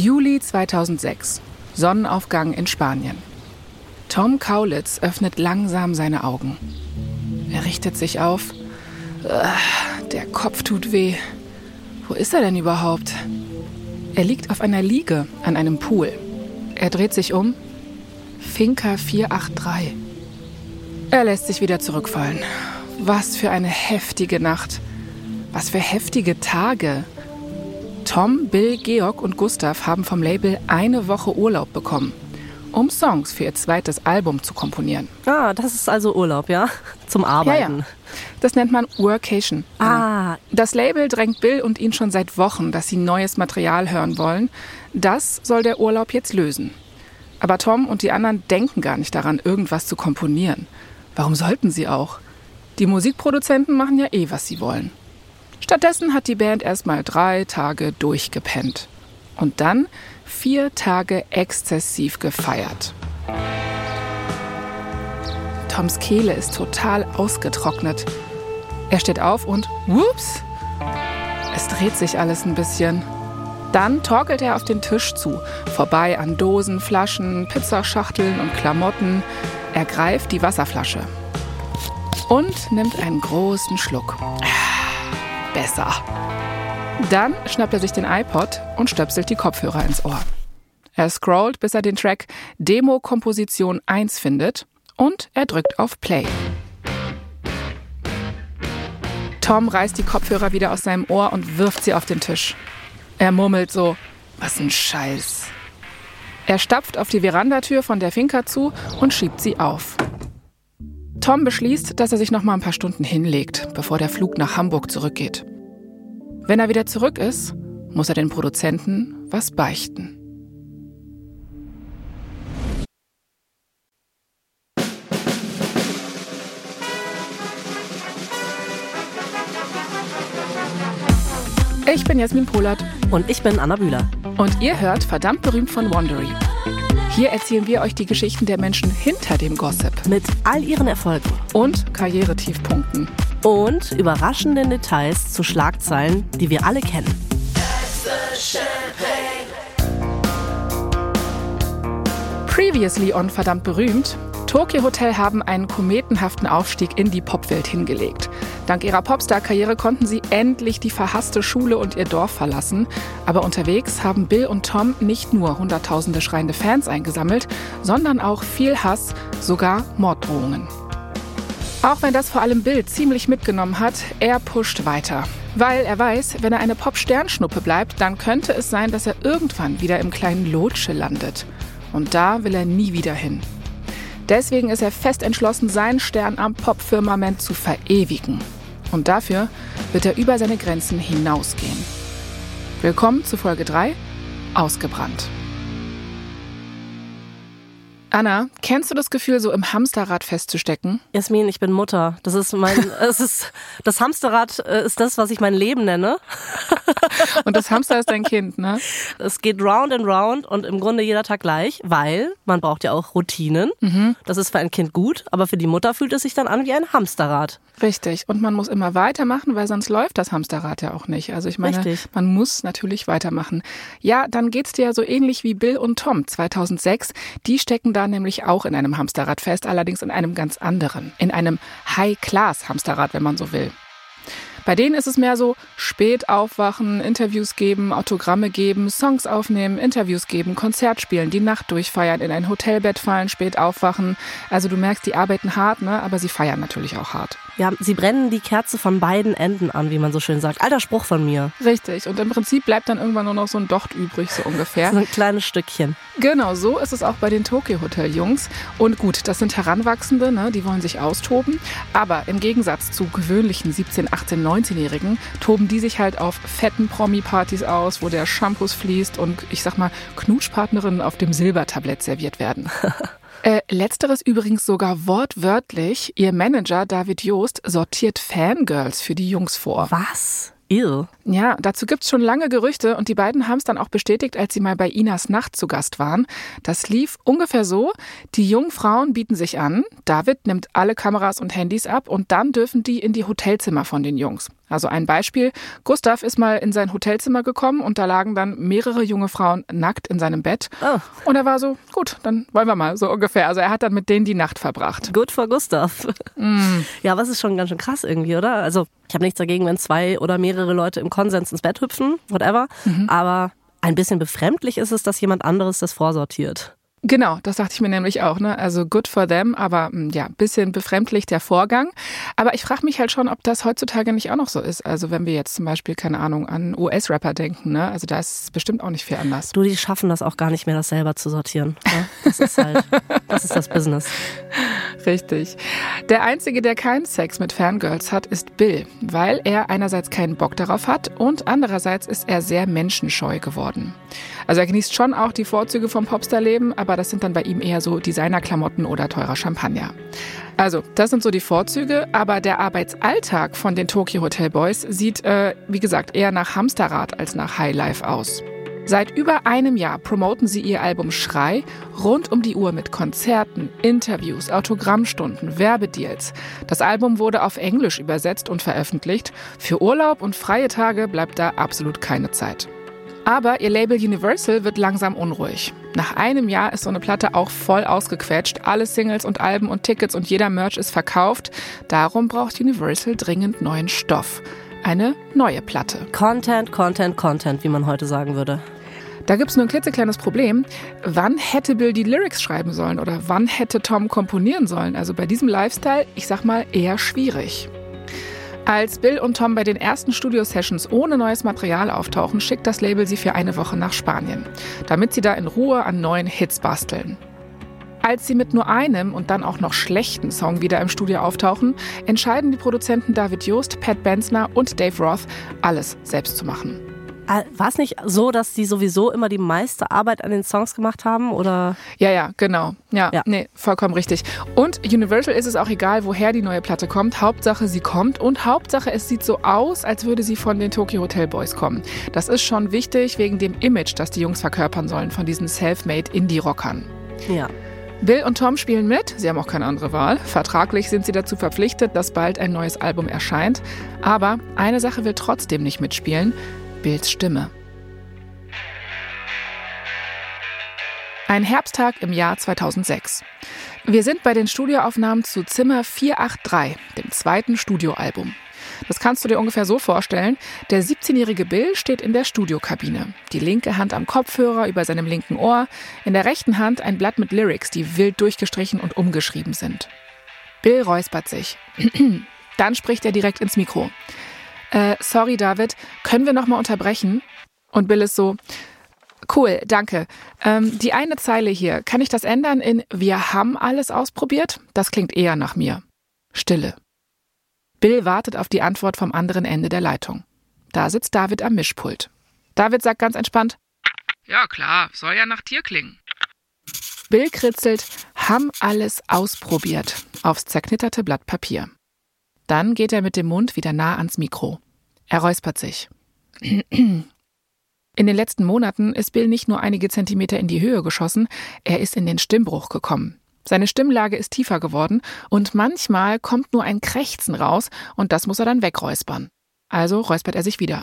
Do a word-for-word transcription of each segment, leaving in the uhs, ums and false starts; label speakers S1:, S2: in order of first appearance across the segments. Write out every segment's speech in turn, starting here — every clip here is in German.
S1: Juli zweitausendsechs. Sonnenaufgang in Spanien. Tom Kaulitz öffnet langsam seine Augen. Er richtet sich auf. Der Kopf tut weh. Wo ist er denn überhaupt? Er liegt auf einer Liege an einem Pool. Er dreht sich um. Finca vier acht drei. Er lässt sich wieder zurückfallen. Was für eine heftige Nacht. Was für heftige Tage. Tom, Bill, Georg und Gustav haben vom Label eine Woche Urlaub bekommen, um Songs für ihr zweites Album zu komponieren.
S2: Ah, das ist also Urlaub, ja? Zum Arbeiten.
S1: Ja, ja. Das nennt man Workation.
S2: Ah.
S1: Das Label drängt Bill und ihn schon seit Wochen, dass sie neues Material hören wollen. Das soll der Urlaub jetzt lösen. Aber Tom und die anderen denken gar nicht daran, irgendwas zu komponieren. Warum sollten sie auch? Die Musikproduzenten machen ja eh, was sie wollen. Stattdessen hat die Band erstmal drei Tage durchgepennt. Und dann vier Tage exzessiv gefeiert. Toms Kehle ist total ausgetrocknet. Er steht auf und whoops! Es dreht sich alles ein bisschen. Dann torkelt er auf den Tisch zu, vorbei an Dosen, Flaschen, Pizzaschachteln und Klamotten. Er greift die Wasserflasche und nimmt einen großen Schluck. Besser. Dann schnappt er sich den iPod und stöpselt die Kopfhörer ins Ohr. Er scrollt, bis er den Track Demo-Komposition eins findet und er drückt auf Play. Tom reißt die Kopfhörer wieder aus seinem Ohr und wirft sie auf den Tisch. Er murmelt so, was ein Scheiß. Er stapft auf die Verandatür von der Finca zu und schiebt sie auf. Tom beschließt, dass er sich noch mal ein paar Stunden hinlegt, bevor der Flug nach Hamburg zurückgeht. Wenn er wieder zurück ist, muss er den Produzenten was beichten. Ich bin Jasmin Polat.
S2: Und ich bin Anna Bühler.
S1: Und ihr hört Verdammt berühmt von Wondery. Hier erzählen wir euch die Geschichten der Menschen hinter dem Gossip.
S2: Mit all ihren Erfolgen.
S1: Und Karrieretiefpunkten.
S2: Und überraschenden Details zu Schlagzeilen, die wir alle kennen.
S1: Previously on Verdammt berühmt. Tokio Hotel haben einen kometenhaften Aufstieg in die Popwelt hingelegt. Dank ihrer Popstar-Karriere konnten sie endlich die verhasste Schule und ihr Dorf verlassen. Aber unterwegs haben Bill und Tom nicht nur hunderttausende schreiende Fans eingesammelt, sondern auch viel Hass, sogar Morddrohungen. Auch wenn das vor allem Bill ziemlich mitgenommen hat, er pusht weiter. Weil er weiß, wenn er eine Pop-Sternschnuppe bleibt, dann könnte es sein, dass er irgendwann wieder im kleinen Lotsche landet. Und da will er nie wieder hin. Deswegen ist er fest entschlossen, seinen Stern am Pop-Firmament zu verewigen. Und dafür wird er über seine Grenzen hinausgehen. Willkommen zu Folge drei, Ausgebrannt. Anna, kennst du das Gefühl, so im Hamsterrad festzustecken?
S2: Jasmin, ich bin Mutter. Das ist mein, es ist, das Hamsterrad ist das, was ich mein Leben nenne.
S1: Und das Hamster ist dein Kind, ne?
S2: Es geht round and round und im Grunde jeder Tag gleich, weil man braucht ja auch Routinen. Mhm. Das ist für ein Kind gut, aber für die Mutter fühlt es sich dann an wie ein Hamsterrad.
S1: Richtig. Und man muss immer weitermachen, weil sonst läuft das Hamsterrad ja auch nicht. Also ich meine,
S2: Richtig.
S1: Man muss natürlich weitermachen. Ja, dann geht's dir ja so ähnlich wie Bill und Tom zweitausendsechs. Die stecken da nämlich auch in einem Hamsterrad fest, allerdings in einem ganz anderen. In einem High-Class-Hamsterrad, wenn man so will. Bei denen ist es mehr so spät aufwachen, Interviews geben, Autogramme geben, Songs aufnehmen, Interviews geben, Konzert spielen, die Nacht durchfeiern, in ein Hotelbett fallen, spät aufwachen. Also du merkst, die arbeiten hart, ne? Aber sie feiern natürlich auch hart.
S2: Ja, sie brennen die Kerze von beiden Enden an, wie man so schön sagt. Alter Spruch von mir.
S1: Richtig. Und im Prinzip bleibt dann irgendwann nur noch so ein Docht übrig, so ungefähr.
S2: So ein kleines Stückchen.
S1: Genau, so ist es auch bei den Tokio Hotel Jungs. Und gut, das sind Heranwachsende, ne? Die wollen sich austoben. Aber im Gegensatz zu gewöhnlichen siebzehn-, achtzehn-, neunzehnjährigen toben die sich halt auf fetten Promi-Partys aus, wo der Shampoos fließt und, ich sag mal, Knutschpartnerinnen auf dem Silbertablett serviert werden. Äh, letzteres übrigens sogar wortwörtlich. Ihr Manager David Joost sortiert Fangirls für die Jungs vor.
S2: Was? Ew.
S1: Ja, dazu gibt's schon lange Gerüchte und die beiden haben es dann auch bestätigt, als sie mal bei Inas Nacht zu Gast waren. Das lief ungefähr so: Die jungen Frauen bieten sich an, David nimmt alle Kameras und Handys ab und dann dürfen die in die Hotelzimmer von den Jungs. Also ein Beispiel, Gustav ist mal in sein Hotelzimmer gekommen und da lagen dann mehrere junge Frauen nackt in seinem Bett.
S2: Oh.
S1: Und er war so, gut, dann wollen wir mal, so ungefähr. Also er hat dann mit denen die Nacht verbracht.
S2: Good for Gustav. Mm. Ja, aber es ist schon ganz schön krass irgendwie, oder? Also ich habe nichts dagegen, wenn zwei oder mehrere Leute im Konsens ins Bett hüpfen, whatever. Mhm. Aber ein bisschen befremdlich ist es, dass jemand anderes das vorsortiert.
S1: Genau, das dachte ich mir nämlich auch, ne? Also good for them, aber ja, ein bisschen befremdlich der Vorgang. Aber ich frage mich halt schon, ob das heutzutage nicht auch noch so ist. Also wenn wir jetzt zum Beispiel, keine Ahnung, an U S-Rapper denken, ne? Also da ist es bestimmt auch nicht viel anders.
S2: Du, die schaffen das auch gar nicht mehr, das selber zu sortieren. Ne? Das ist halt, das ist das Business.
S1: Richtig. Der Einzige, der keinen Sex mit Fangirls hat, ist Bill, weil er einerseits keinen Bock darauf hat und andererseits ist er sehr menschenscheu geworden. Also er genießt schon auch die Vorzüge vom Popstar-Leben, aber das sind dann bei ihm eher so Designerklamotten oder teurer Champagner. Also, das sind so die Vorzüge, aber der Arbeitsalltag von den Tokyo Hotel Boys sieht, äh, wie gesagt, eher nach Hamsterrad als nach Highlife aus. Seit über einem Jahr promoten sie ihr Album Schrei rund um die Uhr mit Konzerten, Interviews, Autogrammstunden, Werbedeals. Das Album wurde auf Englisch übersetzt und veröffentlicht. Für Urlaub und freie Tage bleibt da absolut keine Zeit. Aber ihr Label Universal wird langsam unruhig. Nach einem Jahr ist so eine Platte auch voll ausgequetscht. Alle Singles und Alben und Tickets und jeder Merch ist verkauft. Darum braucht Universal dringend neuen Stoff. Eine neue Platte.
S2: Content, Content, Content, wie man heute sagen würde.
S1: Da gibt's nur ein klitzekleines Problem. Wann hätte Bill die Lyrics schreiben sollen oder wann hätte Tom komponieren sollen? Also bei diesem Lifestyle, ich sag mal, eher schwierig. Als Bill und Tom bei den ersten Studio-Sessions ohne neues Material auftauchen, schickt das Label sie für eine Woche nach Spanien, damit sie da in Ruhe an neuen Hits basteln. Als sie mit nur einem und dann auch noch schlechten Song wieder im Studio auftauchen, entscheiden die Produzenten David Joost, Pat Benzner und Dave Roth, alles selbst zu machen.
S2: War es nicht so, dass die sowieso immer die meiste Arbeit an den Songs gemacht haben, oder?
S1: Ja, ja, genau. Ja, ja, nee, vollkommen richtig. Und Universal ist es auch egal, woher die neue Platte kommt. Hauptsache, sie kommt und Hauptsache, es sieht so aus, als würde sie von den Tokyo Hotel Boys kommen. Das ist schon wichtig wegen dem Image, das die Jungs verkörpern sollen von diesen Selfmade Indie-Rockern.
S2: Ja.
S1: Bill und Tom spielen mit, sie haben auch keine andere Wahl. Vertraglich sind sie dazu verpflichtet, dass bald ein neues Album erscheint. Aber eine Sache will trotzdem nicht mitspielen: Bills Stimme. Ein Herbsttag im Jahr zweitausendsechs. Wir sind bei den Studioaufnahmen zu Zimmer vierhundertachtunddreißig, dem zweiten Studioalbum. Das kannst du dir ungefähr so vorstellen: Der siebzehnjährige Bill steht in der Studiokabine. Die linke Hand am Kopfhörer über seinem linken Ohr, in der rechten Hand ein Blatt mit Lyrics, die wild durchgestrichen und umgeschrieben sind. Bill räuspert sich. Dann spricht er direkt ins Mikro. Äh, sorry David, können wir nochmal unterbrechen? Und Bill ist so, cool, danke. Ähm, die eine Zeile hier, kann ich das ändern in wir haben alles ausprobiert? Das klingt eher nach mir. Stille. Bill wartet auf die Antwort vom anderen Ende der Leitung. Da sitzt David am Mischpult. David sagt ganz entspannt, ja klar, soll ja nach dir klingen. Bill kritzelt, haben alles ausprobiert, aufs zerknitterte Blatt Papier. Dann geht er mit dem Mund wieder nah ans Mikro. Er räuspert sich. In den letzten Monaten ist Bill nicht nur einige Zentimeter in die Höhe geschossen, er ist in den Stimmbruch gekommen. Seine Stimmlage ist tiefer geworden und manchmal kommt nur ein Krächzen raus und das muss er dann wegräuspern. Also räuspert er sich wieder.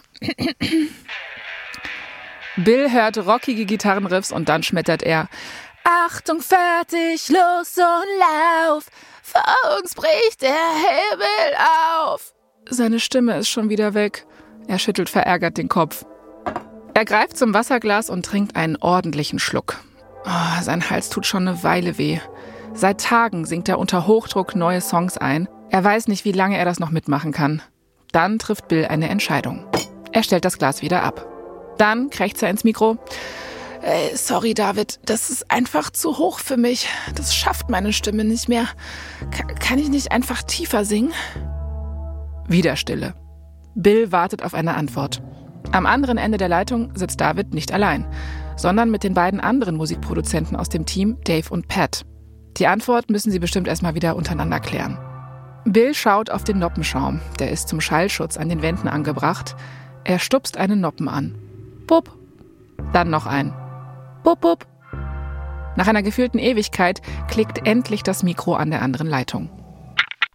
S1: Bill hört rockige Gitarrenriffs und dann schmettert er: Achtung, fertig, los und lauf! Vor uns bricht der Himmel auf! Seine Stimme ist schon wieder weg. Er schüttelt verärgert den Kopf. Er greift zum Wasserglas und trinkt einen ordentlichen Schluck. Oh, sein Hals tut schon eine Weile weh. Seit Tagen singt er unter Hochdruck neue Songs ein. Er weiß nicht, wie lange er das noch mitmachen kann. Dann trifft Bill eine Entscheidung. Er stellt das Glas wieder ab. Dann krächzt er ins Mikro. Ey, sorry David, das ist einfach zu hoch für mich. Das schafft meine Stimme nicht mehr. Ka- kann ich nicht einfach tiefer singen? Wieder Stille. Bill wartet auf eine Antwort. Am anderen Ende der Leitung sitzt David nicht allein, sondern mit den beiden anderen Musikproduzenten aus dem Team, Dave und Pat. Die Antwort müssen sie bestimmt erstmal wieder untereinander klären. Bill schaut auf den Noppenschaum. Der ist zum Schallschutz an den Wänden angebracht. Er stupst einen Noppen an. Pup. Dann noch ein. Pup, pup. Nach einer gefühlten Ewigkeit klickt endlich das Mikro an der anderen Leitung.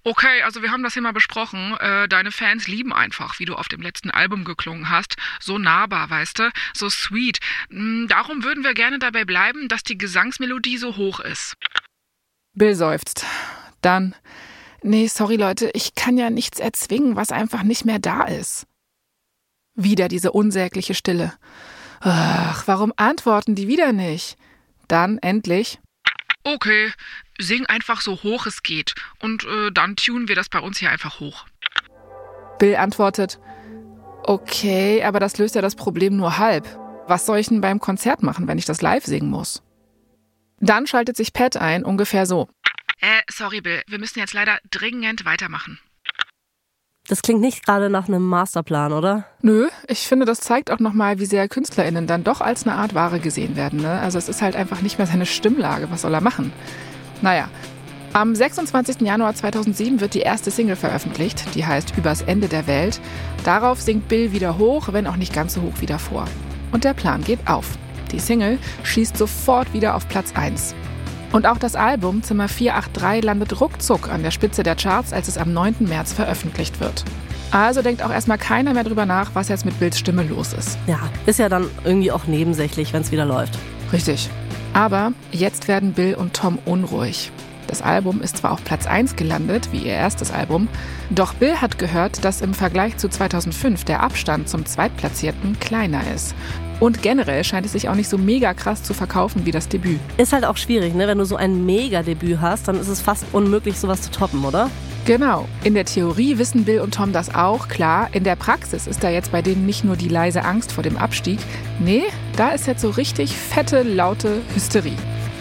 S1: Okay, also wir haben das hier mal besprochen. Äh, deine Fans lieben einfach, wie du auf dem letzten Album geklungen hast. So nahbar, weißt du? So sweet. Darum würden wir gerne dabei bleiben, dass die Gesangsmelodie so hoch ist. Bill seufzt. Dann, nee, sorry Leute, ich kann ja nichts erzwingen, was einfach nicht mehr da ist. Wieder diese unsägliche Stille. Ach, warum antworten die wieder nicht? Dann endlich. Okay, sing einfach so hoch es geht und äh, dann tunen wir das bei uns hier einfach hoch. Bill antwortet, okay, aber das löst ja das Problem nur halb. Was soll ich denn beim Konzert machen, wenn ich das live singen muss? Dann schaltet sich Pat ein, ungefähr so. Äh, sorry Bill, wir müssen jetzt leider dringend weitermachen.
S2: Das klingt nicht gerade nach einem Masterplan, oder?
S1: Nö, ich finde, das zeigt auch nochmal, wie sehr KünstlerInnen dann doch als eine Art Ware gesehen werden. Ne? Also es ist halt einfach nicht mehr seine Stimmlage. Was soll er machen? Naja, am sechsundzwanzigsten Januar zweitausendsieben wird die erste Single veröffentlicht. Die heißt Übers Ende der Welt. Darauf singt Bill wieder hoch, wenn auch nicht ganz so hoch wie davor. Und der Plan geht auf. Die Single schießt sofort wieder auf Platz eins. Und auch das Album Zimmer vier acht drei landet ruckzuck an der Spitze der Charts, als es am neunten März veröffentlicht wird. Also denkt auch erstmal keiner mehr drüber nach, was jetzt mit Bills Stimme los ist.
S2: Ja, ist ja dann irgendwie auch nebensächlich, wenn es wieder läuft.
S1: Richtig. Aber jetzt werden Bill und Tom unruhig. Das Album ist zwar auf Platz eins gelandet, wie ihr erstes Album, doch Bill hat gehört, dass im Vergleich zu zweitausendfünf der Abstand zum Zweitplatzierten kleiner ist. Und generell scheint es sich auch nicht so mega krass zu verkaufen wie das Debüt.
S2: Ist halt auch schwierig, ne? Wenn du so ein Mega-Debüt hast, dann ist es fast unmöglich, sowas zu toppen, oder?
S1: Genau. In der Theorie wissen Bill und Tom das auch, klar. In der Praxis ist da jetzt bei denen nicht nur die leise Angst vor dem Abstieg. Nee, da ist jetzt so richtig fette, laute Hysterie.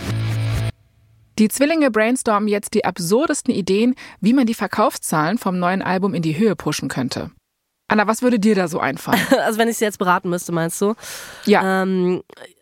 S1: Die Zwillinge brainstormen jetzt die absurdesten Ideen, wie man die Verkaufszahlen vom neuen Album in die Höhe pushen könnte. Anna, was würde dir da so einfallen?
S2: Also wenn ich sie jetzt beraten müsste, meinst du?
S1: Ja.
S2: Ähm,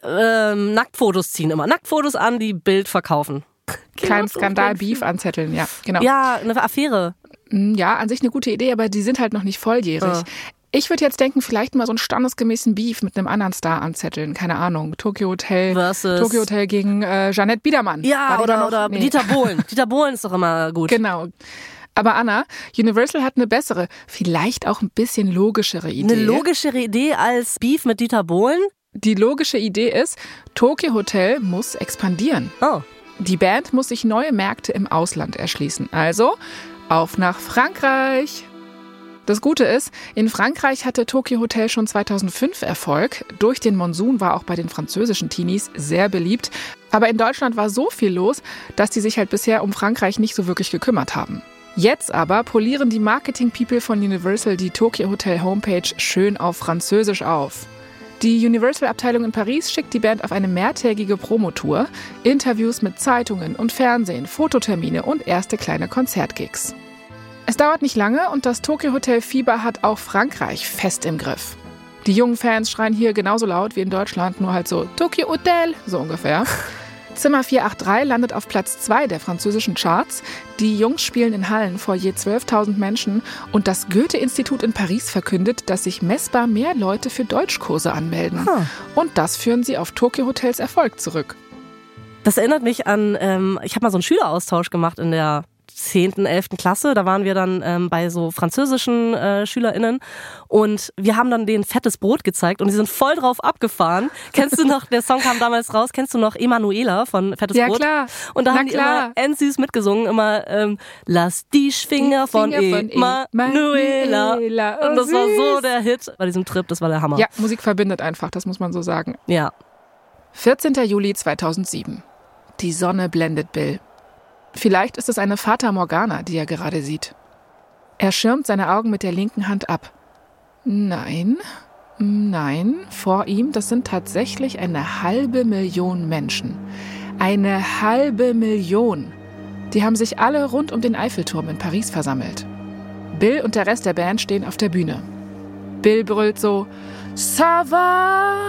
S2: ähm, Nacktfotos ziehen immer. Nacktfotos an, die Bild verkaufen.
S1: Kein Skandal, Beef anzetteln, ja, genau.
S2: Ja, eine Affäre.
S1: Ja, an sich eine gute Idee, aber die sind halt noch nicht volljährig. Ja. Ich würde jetzt denken, vielleicht mal so einen standesgemäßen Beef mit einem anderen Star anzetteln. Keine Ahnung, Tokyo Hotel,
S2: Versus.
S1: Tokyo Hotel gegen äh, Jeanette Biedermann.
S2: Ja, oder, oder nee. Dieter Bohlen. Dieter Bohlen ist doch immer gut.
S1: Genau. Aber Anna, Universal hat eine bessere, vielleicht auch ein bisschen logischere Idee.
S2: Eine logischere Idee als Beef mit Dieter Bohlen?
S1: Die logische Idee ist, Tokyo Hotel muss expandieren.
S2: Oh.
S1: Die Band muss sich neue Märkte im Ausland erschließen. Also auf nach Frankreich. Das Gute ist, in Frankreich hatte Tokyo Hotel schon zweitausendfünf Erfolg. Durch den Monsun war auch bei den französischen Teenies sehr beliebt. Aber in Deutschland war so viel los, dass die sich halt bisher um Frankreich nicht so wirklich gekümmert haben. Jetzt aber polieren die Marketing-People von Universal die Tokyo Hotel Homepage schön auf Französisch auf. Die Universal-Abteilung in Paris schickt die Band auf eine mehrtägige Promotour, Interviews mit Zeitungen und Fernsehen, Fototermine und erste kleine Konzertgigs. Es dauert nicht lange und das Tokyo Hotel Fieber hat auch Frankreich fest im Griff. Die jungen Fans schreien hier genauso laut wie in Deutschland, nur halt so Tokyo Hotel, so ungefähr. Zimmer vier acht drei landet auf Platz zwei der französischen Charts. Die Jungs spielen in Hallen vor je zwölftausend Menschen und das Goethe-Institut in Paris verkündet, dass sich messbar mehr Leute für Deutschkurse anmelden. Huh. Und das führen sie auf Tokyo Hotels Erfolg zurück.
S2: Das erinnert mich an, ähm, ich habe mal so einen Schüleraustausch gemacht in der zehnten, elften Klasse. Da waren wir dann ähm, bei so französischen äh, SchülerInnen und wir haben dann denen fettes Brot gezeigt und die sind voll drauf abgefahren. Kennst du noch, der Song kam damals raus, kennst du noch Emanuela von Fettes
S1: ja,
S2: Brot?
S1: Ja, klar.
S2: Und da
S1: Na,
S2: haben die
S1: klar.
S2: immer endsüß mitgesungen, immer ähm, Lass die Finger, die von, Finger von Emanuela. Oh, und das süß. War so der Hit bei diesem Trip, das war der Hammer.
S1: Ja, Musik verbindet einfach, das muss man so sagen.
S2: Ja.
S1: vierzehnten Juli zweitausendsieben. Die Sonne blendet Bill. Vielleicht ist es eine Fata Morgana, die er gerade sieht. Er schirmt seine Augen mit der linken Hand ab. Nein, nein, vor ihm, das sind tatsächlich eine halbe Million Menschen. Eine halbe Million. Die haben sich alle rund um den Eiffelturm in Paris versammelt. Bill und der Rest der Band stehen auf der Bühne. Bill brüllt so, Ça va?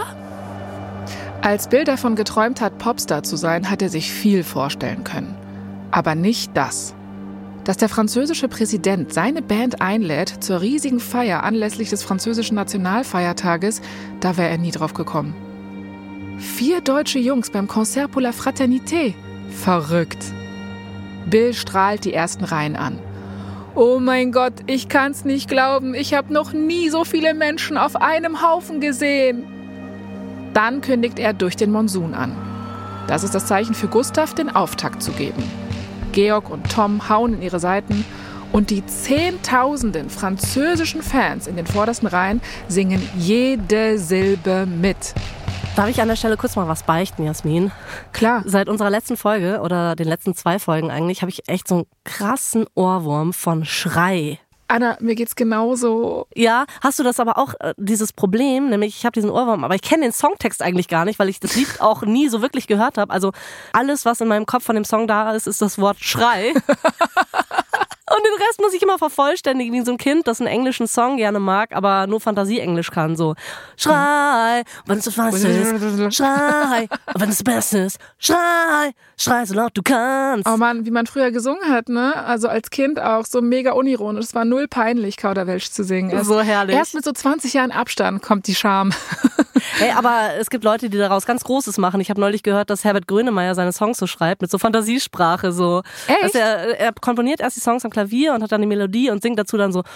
S1: Als Bill davon geträumt hat, Popstar zu sein, hat er sich viel vorstellen können. Aber nicht das. Dass der französische Präsident seine Band einlädt zur riesigen Feier anlässlich des französischen Nationalfeiertages, da wäre er nie drauf gekommen. Vier deutsche Jungs beim Concert pour la Fraternité. Verrückt. Bill strahlt die ersten Reihen an. Oh mein Gott, ich kann's nicht glauben. Ich habe noch nie so viele Menschen auf einem Haufen gesehen. Dann kündigt er durch den Monsun an. Das ist das Zeichen für Gustav, den Auftakt zu geben. Georg und Tom hauen in ihre Seiten und die zehntausenden französischen Fans in den vordersten Reihen singen jede Silbe mit.
S2: Darf ich an der Stelle kurz mal was beichten, Jasmin?
S1: Klar.
S2: Seit unserer letzten Folge oder den letzten zwei Folgen eigentlich habe ich echt so einen krassen Ohrwurm von Schrei.
S1: Anna, mir geht's genauso.
S2: Ja, hast du das aber auch, äh, dieses Problem, nämlich ich habe diesen Ohrwurm, aber ich kenne den Songtext eigentlich gar nicht, weil ich das Lied auch nie so wirklich gehört habe. Also alles, was in meinem Kopf von dem Song da ist, ist das Wort Schrei. Und den Rest muss ich immer vervollständigen, wie so ein Kind, das einen englischen Song gerne mag, aber nur Fantasie-Englisch kann. So, Schrei, wenn es das Beste ist, Schrei, wenn es das Beste ist, Schrei, schrei so laut du kannst.
S1: Oh Mann, wie man früher gesungen hat, ne? Also als Kind auch so mega unironisch. Es war null peinlich, Kauderwelsch zu singen. Erst,
S2: so herrlich.
S1: Erst mit so zwanzig Jahren Abstand kommt die Scham.
S2: Ey, aber es gibt Leute, die daraus ganz Großes machen. Ich habe neulich gehört, dass Herbert Grönemeyer seine Songs so schreibt, mit so Fantasiesprache. So.
S1: Echt?
S2: Dass er, er komponiert erst die Songs am Klavier und hat dann die Melodie und singt dazu dann so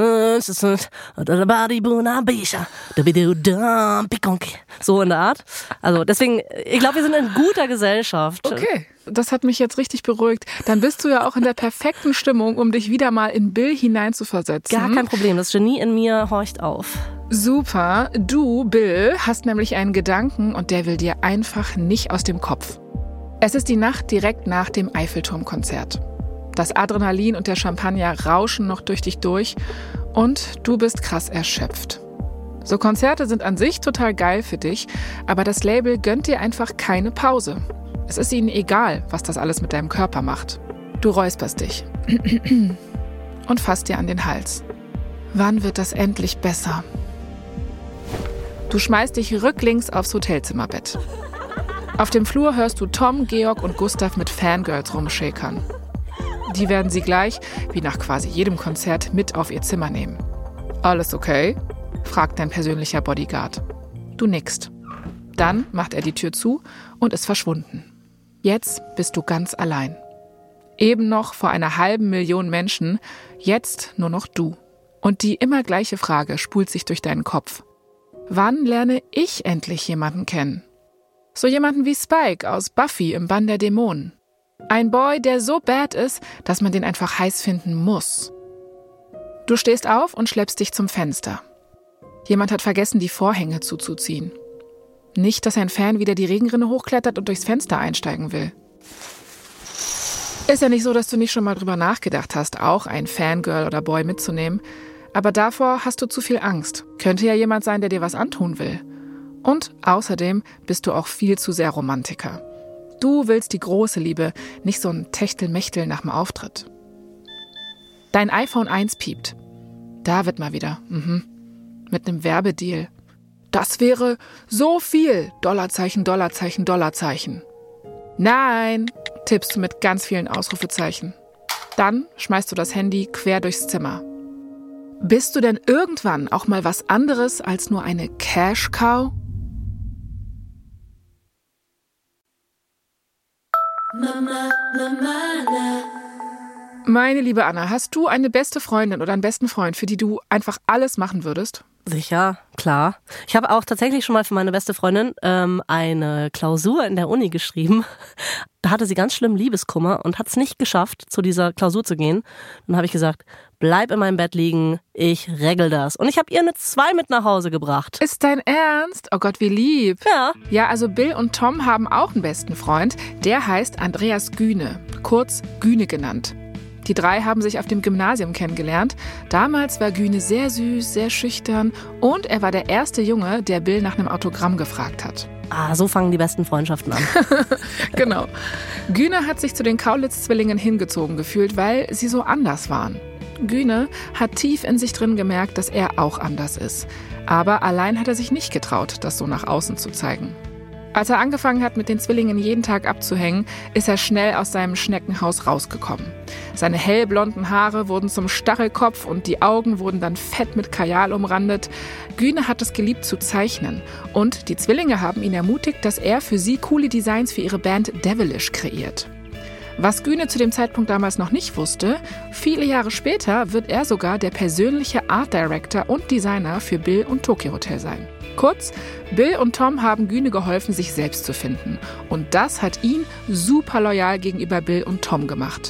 S2: so in der Art. Also deswegen, ich glaube, wir sind in guter Gesellschaft.
S1: Okay, das hat mich jetzt richtig beruhigt. Dann bist du ja auch in der perfekten Stimmung, um dich wieder mal in Bill hineinzuversetzen.
S2: Gar kein Problem, das Genie in mir horcht auf.
S1: Super, du, Bill, hast nämlich einen Gedanken und der will dir einfach nicht aus dem Kopf. Es ist die Nacht direkt nach dem Eiffelturmkonzert. Das Adrenalin und der Champagner rauschen noch durch dich durch und du bist krass erschöpft. So Konzerte sind an sich total geil für dich, aber das Label gönnt dir einfach keine Pause. Es ist ihnen egal, was das alles mit deinem Körper macht. Du räusperst dich und fasst dir an den Hals. Wann wird das endlich besser? Du schmeißt dich rücklings aufs Hotelzimmerbett. Auf dem Flur hörst du Tom, Georg und Gustav mit Fangirls rumschäkern. Die werden sie gleich, wie nach quasi jedem Konzert, mit auf ihr Zimmer nehmen. Alles okay? Fragt dein persönlicher Bodyguard. Du nickst. Dann macht er die Tür zu und ist verschwunden. Jetzt bist du ganz allein. Eben noch vor einer halben Million Menschen, jetzt nur noch du. Und die immer gleiche Frage spult sich durch deinen Kopf. Wann lerne ich endlich jemanden kennen? So jemanden wie Spike aus Buffy im Bann der Dämonen. Ein Boy, der so bad ist, dass man den einfach heiß finden muss. Du stehst auf und schleppst dich zum Fenster. Jemand hat vergessen, die Vorhänge zuzuziehen. Nicht, dass ein Fan wieder die Regenrinne hochklettert und durchs Fenster einsteigen will. Ist ja nicht so, dass du nicht schon mal drüber nachgedacht hast, auch ein Fangirl oder Boy mitzunehmen. Aber davor hast du zu viel Angst. Könnte ja jemand sein, der dir was antun will. Und außerdem bist du auch viel zu sehr Romantiker. Du willst die große Liebe, nicht so ein Techtelmechtel nach dem Auftritt. Dein iPhone eins piept. Da wird mal wieder. Mhm. Mit einem Werbedeal. Das wäre so viel. Dollarzeichen, Dollarzeichen, Dollarzeichen. Nein, tippst du mit ganz vielen Ausrufezeichen. Dann schmeißt du das Handy quer durchs Zimmer. Bist du denn irgendwann auch mal was anderes als nur eine Cash-Cow? Mama, Mama, Meine liebe Anna, hast du eine beste Freundin oder einen besten Freund, für die du einfach alles machen würdest?
S2: Sicher, klar. Ich habe auch tatsächlich schon mal für meine beste Freundin ähm, eine Klausur in der Uni geschrieben. Da hatte sie ganz schlimm Liebeskummer und hat es nicht geschafft, zu dieser Klausur zu gehen. Dann habe ich gesagt, bleib in meinem Bett liegen, ich regel das. Und ich habe ihr eine zwei mit nach Hause gebracht.
S1: Ist dein Ernst? Oh Gott, wie lieb.
S2: Ja.
S1: Ja, also Bill und Tom haben auch einen besten Freund. Der heißt Andreas Güne, kurz Güne genannt. Die drei haben sich auf dem Gymnasium kennengelernt. Damals war Güne sehr süß, sehr schüchtern und er war der erste Junge, der Bill nach einem Autogramm gefragt hat.
S2: Ah, so fangen die besten Freundschaften an.
S1: Genau. Güne hat sich zu den Kaulitz-Zwillingen hingezogen gefühlt, weil sie so anders waren. Güne hat tief in sich drin gemerkt, dass er auch anders ist. Aber allein hat er sich nicht getraut, das so nach außen zu zeigen. Als er angefangen hat, mit den Zwillingen jeden Tag abzuhängen, ist er schnell aus seinem Schneckenhaus rausgekommen. Seine hellblonden Haare wurden zum Stachelkopf und die Augen wurden dann fett mit Kajal umrandet. Güne hat es geliebt zu zeichnen und die Zwillinge haben ihn ermutigt, dass er für sie coole Designs für ihre Band Devilish kreiert. Was Güne zu dem Zeitpunkt damals noch nicht wusste, viele Jahre später wird er sogar der persönliche Art Director und Designer für Bill und Tokio Hotel sein. Kurz, Bill und Tom haben Güne geholfen, sich selbst zu finden. Und das hat ihn super loyal gegenüber Bill und Tom gemacht.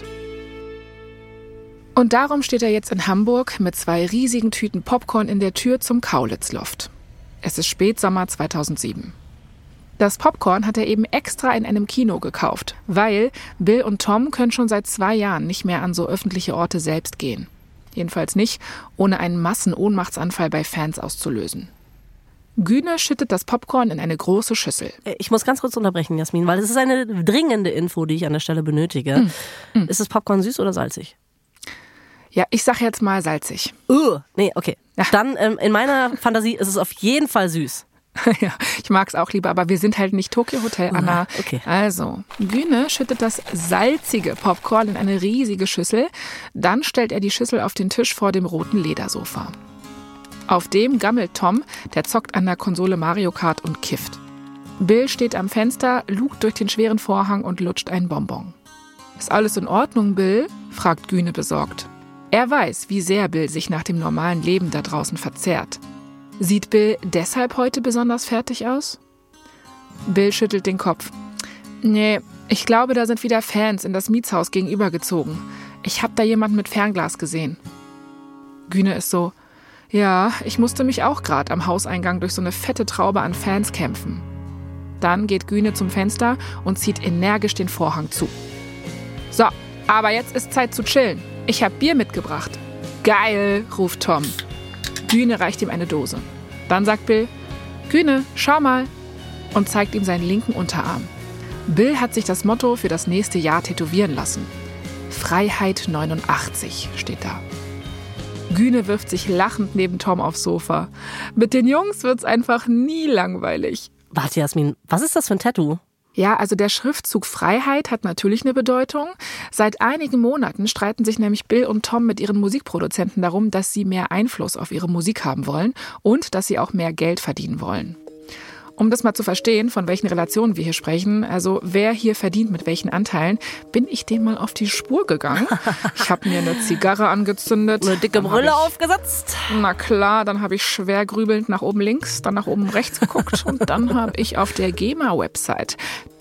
S1: Und darum steht er jetzt in Hamburg mit zwei riesigen Tüten Popcorn in der Tür zum Kaulitz-Loft. Es ist Spätsommer zweitausendsieben. Das Popcorn hat er eben extra in einem Kino gekauft, weil Bill und Tom können schon seit zwei Jahren nicht mehr an so öffentliche Orte selbst gehen. Jedenfalls nicht, ohne einen Massenohnmachtsanfall bei Fans auszulösen. Güne schüttet das Popcorn in eine große Schüssel.
S2: Ich muss ganz kurz unterbrechen, Jasmin, weil es ist eine dringende Info, die ich an der Stelle benötige. Mm. Mm. Ist das Popcorn süß oder salzig?
S1: Ja, ich sag jetzt mal salzig.
S2: Uh, nee, okay. Ja. Dann ähm, in meiner Fantasie ist es auf jeden Fall süß.
S1: Ja, ich mag es auch lieber, aber wir sind halt nicht Tokio Hotel, Anna.
S2: Uh, okay.
S1: Also, Güne schüttet das salzige Popcorn in eine riesige Schüssel. Dann stellt er die Schüssel auf den Tisch vor dem roten Ledersofa. Auf dem gammelt Tom, der zockt an der Konsole Mario Kart und kifft. Bill steht am Fenster, lugt durch den schweren Vorhang und lutscht einen Bonbon. Ist alles in Ordnung, Bill? Fragt Güne besorgt. Er weiß, wie sehr Bill sich nach dem normalen Leben da draußen verzehrt. Sieht Bill deshalb heute besonders fertig aus? Bill schüttelt den Kopf. Nee, ich glaube, da sind wieder Fans in das Mietshaus gegenübergezogen. Ich habe da jemanden mit Fernglas gesehen. Güne ist so... Ja, ich musste mich auch gerade am Hauseingang durch so eine fette Traube an Fans kämpfen. Dann geht Güne zum Fenster und zieht energisch den Vorhang zu. So, aber jetzt ist Zeit zu chillen. Ich habe Bier mitgebracht. Geil, ruft Tom. Güne reicht ihm eine Dose. Dann sagt Bill, Güne, schau mal, und zeigt ihm seinen linken Unterarm. Bill hat sich das Motto für das nächste Jahr tätowieren lassen. Freiheit neunundachtzig steht da. Güne wirft sich lachend neben Tom aufs Sofa. Mit den Jungs wird's einfach nie langweilig.
S2: Warte, Jasmin, was ist das für ein Tattoo?
S1: Ja, also der Schriftzug Freiheit hat natürlich eine Bedeutung. Seit einigen Monaten streiten sich nämlich Bill und Tom mit ihren Musikproduzenten darum, dass sie mehr Einfluss auf ihre Musik haben wollen und dass sie auch mehr Geld verdienen wollen. Um das mal zu verstehen, von welchen Relationen wir hier sprechen, also wer hier verdient mit welchen Anteilen, bin ich dem mal auf die Spur gegangen. Ich habe mir eine Zigarre angezündet.
S2: Eine dicke Brille ich, aufgesetzt.
S1: Na klar, dann habe ich schwer grübelnd nach oben links, dann nach oben rechts geguckt und dann habe ich auf der GEMA-Website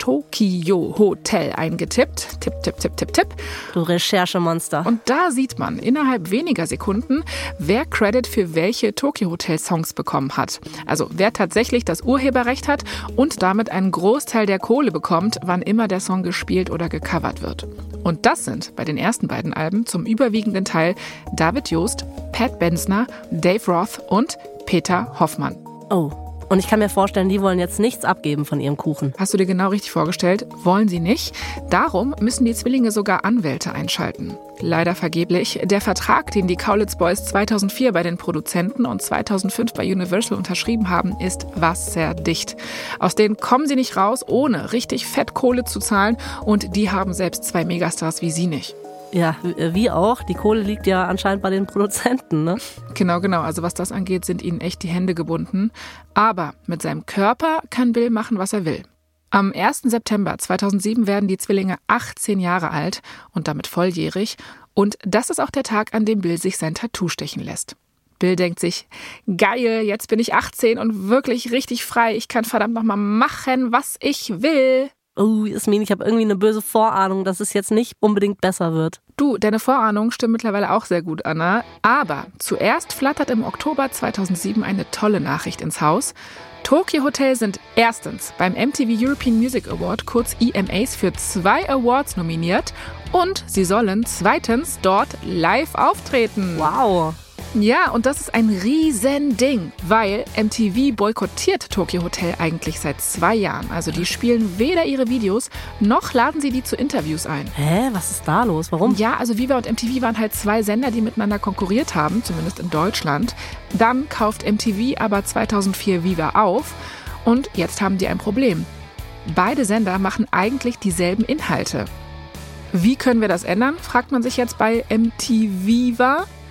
S1: Tokio Hotel eingetippt. Tipp, tipp, tipp, tipp, tipp.
S2: Du Recherchemonster.
S1: Und da sieht man innerhalb weniger Sekunden, wer Credit für welche Tokio Hotel Songs bekommen hat. Also wer tatsächlich das Urheberrecht hat und damit einen Großteil der Kohle bekommt, wann immer der Song gespielt oder gecovert wird. Und das sind bei den ersten beiden Alben zum überwiegenden Teil David Joost, Pat Benzner, Dave Roth und Peter Hoffmann.
S2: Oh, und ich kann mir vorstellen, die wollen jetzt nichts abgeben von ihrem Kuchen.
S1: Hast du dir genau richtig vorgestellt? Wollen sie nicht. Darum müssen die Zwillinge sogar Anwälte einschalten. Leider vergeblich. Der Vertrag, den die Kaulitz Boys zweitausendvier bei den Produzenten und zweitausendfünf bei Universal unterschrieben haben, ist wasserdicht. Aus denen kommen sie nicht raus, ohne richtig fett Kohle zu zahlen. Und die haben selbst zwei Megastars wie sie nicht.
S2: Ja, wie auch. Die Kohle liegt ja anscheinend bei den Produzenten, ne?
S1: Genau, genau. Also was das angeht, sind ihnen echt die Hände gebunden. Aber mit seinem Körper kann Bill machen, was er will. Am ersten September zweitausendsieben werden die Zwillinge achtzehn Jahre alt und damit volljährig. Und das ist auch der Tag, an dem Bill sich sein Tattoo stechen lässt. Bill denkt sich, geil, jetzt bin ich achtzehn und wirklich richtig frei. Ich kann verdammt nochmal machen, was ich will.
S2: Oh, Jasmin, ich habe irgendwie eine böse Vorahnung, dass es jetzt nicht unbedingt besser wird.
S1: Du, deine Vorahnung stimmt mittlerweile auch sehr gut, Anna. Aber zuerst flattert im Oktober zweitausendsieben eine tolle Nachricht ins Haus. Tokio Hotel sind erstens beim M T V European Music Award, kurz E M As, für zwei Awards nominiert und sie sollen zweitens dort live auftreten.
S2: Wow!
S1: Ja, und das ist ein Riesending, weil M T V boykottiert Tokio Hotel eigentlich seit zwei Jahren. Also die spielen weder ihre Videos, noch laden sie die zu Interviews ein.
S2: Hä, was ist da los? Warum?
S1: Ja, also Viva und M T V waren halt zwei Sender, die miteinander konkurriert haben, zumindest in Deutschland. Dann kauft M T V aber zweitausendvier Viva auf und jetzt haben die ein Problem. Beide Sender machen eigentlich dieselben Inhalte. Wie können wir das ändern, fragt man sich jetzt bei M T V Viva.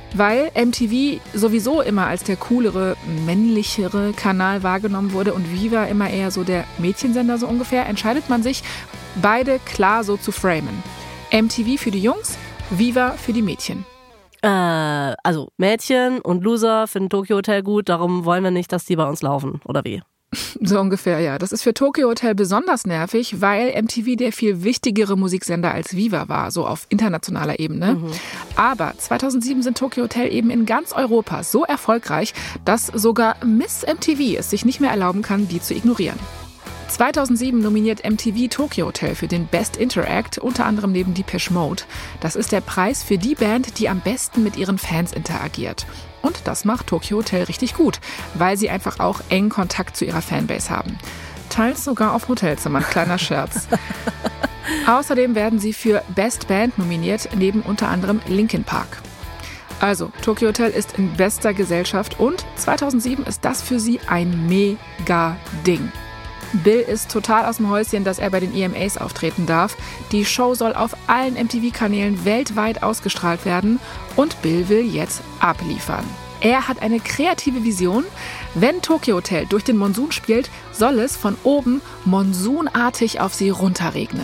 S1: Weil M T V sowieso immer als der coolere, männlichere Kanal wahrgenommen wurde und Viva immer eher so der Mädchensender so ungefähr, entscheidet man sich, beide klar so zu framen. M T V für die Jungs, Viva für die Mädchen.
S2: Äh, also Mädchen und Loser finden Tokyo Hotel gut, darum wollen wir nicht, dass die bei uns laufen, oder wie?
S1: So ungefähr, ja. Das ist für Tokyo Hotel besonders nervig, weil M T V der viel wichtigere Musiksender als Viva war, so auf internationaler Ebene. Mhm. Aber zweitausendsieben sind Tokyo Hotel eben in ganz Europa so erfolgreich, dass sogar Miss M T V es sich nicht mehr erlauben kann, die zu ignorieren. zweitausendsieben nominiert M T V Tokyo Hotel für den Best Interact, unter anderem neben Depeche Mode. Das ist der Preis für die Band, die am besten mit ihren Fans interagiert. Und das macht Tokyo Hotel richtig gut, weil sie einfach auch engen Kontakt zu ihrer Fanbase haben. Teils sogar auf Hotelzimmern, kleiner Scherz. Außerdem werden sie für Best Band nominiert, neben unter anderem Linkin Park. Also, Tokyo Hotel ist in bester Gesellschaft und zweitausendsieben ist das für sie ein Mega-Ding. Bill ist total aus dem Häuschen, dass er bei den E M As auftreten darf. Die Show soll auf allen M T V-Kanälen weltweit ausgestrahlt werden und Bill will jetzt abliefern. Er hat eine kreative Vision. Wenn Tokyo Hotel durch den Monsun spielt, soll es von oben monsunartig auf sie runterregnen.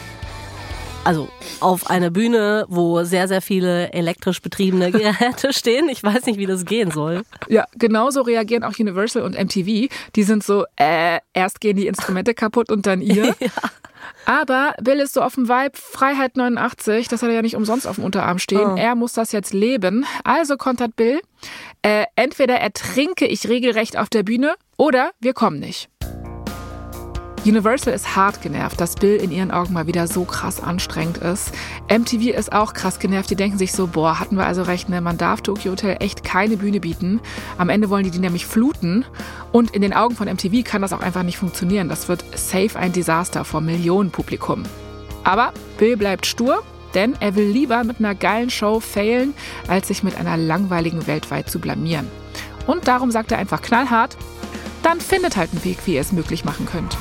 S2: Also auf einer Bühne, wo sehr, sehr viele elektrisch betriebene Geräte stehen. Ich weiß nicht, wie das gehen soll.
S1: Ja, genauso reagieren auch Universal und M T V. Die sind so, äh, erst gehen die Instrumente kaputt und dann ihr. Ja. Aber Bill ist so auf dem Vibe, Freiheit neunundachtzig, das hat er ja nicht umsonst auf dem Unterarm stehen. Oh. Er muss das jetzt leben. Also kontert Bill, äh, entweder ertrinke ich regelrecht auf der Bühne oder wir kommen nicht. Universal ist hart genervt, dass Bill in ihren Augen mal wieder so krass anstrengend ist. M T V ist auch krass genervt. Die denken sich so, boah, hatten wir also recht, ne? Man darf Tokyo Hotel echt keine Bühne bieten. Am Ende wollen die die nämlich fluten. Und in den Augen von M T V kann das auch einfach nicht funktionieren. Das wird safe ein Desaster vor Millionenpublikum. Aber Bill bleibt stur, denn er will lieber mit einer geilen Show failen, als sich mit einer langweiligen weltweit zu blamieren. Und darum sagt er einfach knallhart, dann findet halt einen Weg, wie ihr es möglich machen könnt.